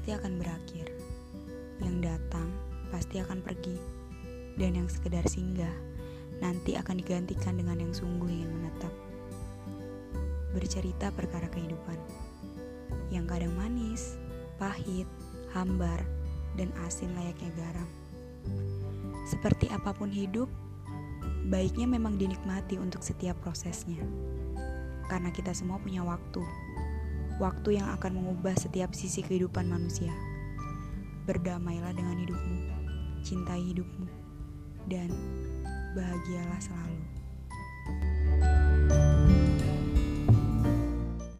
pasti akan berakhir. Yang datang pasti akan pergi. Dan yang sekedar singgah nanti akan digantikan dengan yang sungguh ingin menetap. Bercerita perkara kehidupan yang kadang manis, pahit, hambar, dan asin layaknya garam. Seperti apapun hidup, baiknya memang dinikmati untuk setiap prosesnya. Karena kita semua punya waktu yang akan mengubah setiap sisi kehidupan manusia. Berdamailah dengan hidupmu, cintai hidupmu, dan bahagialah selalu.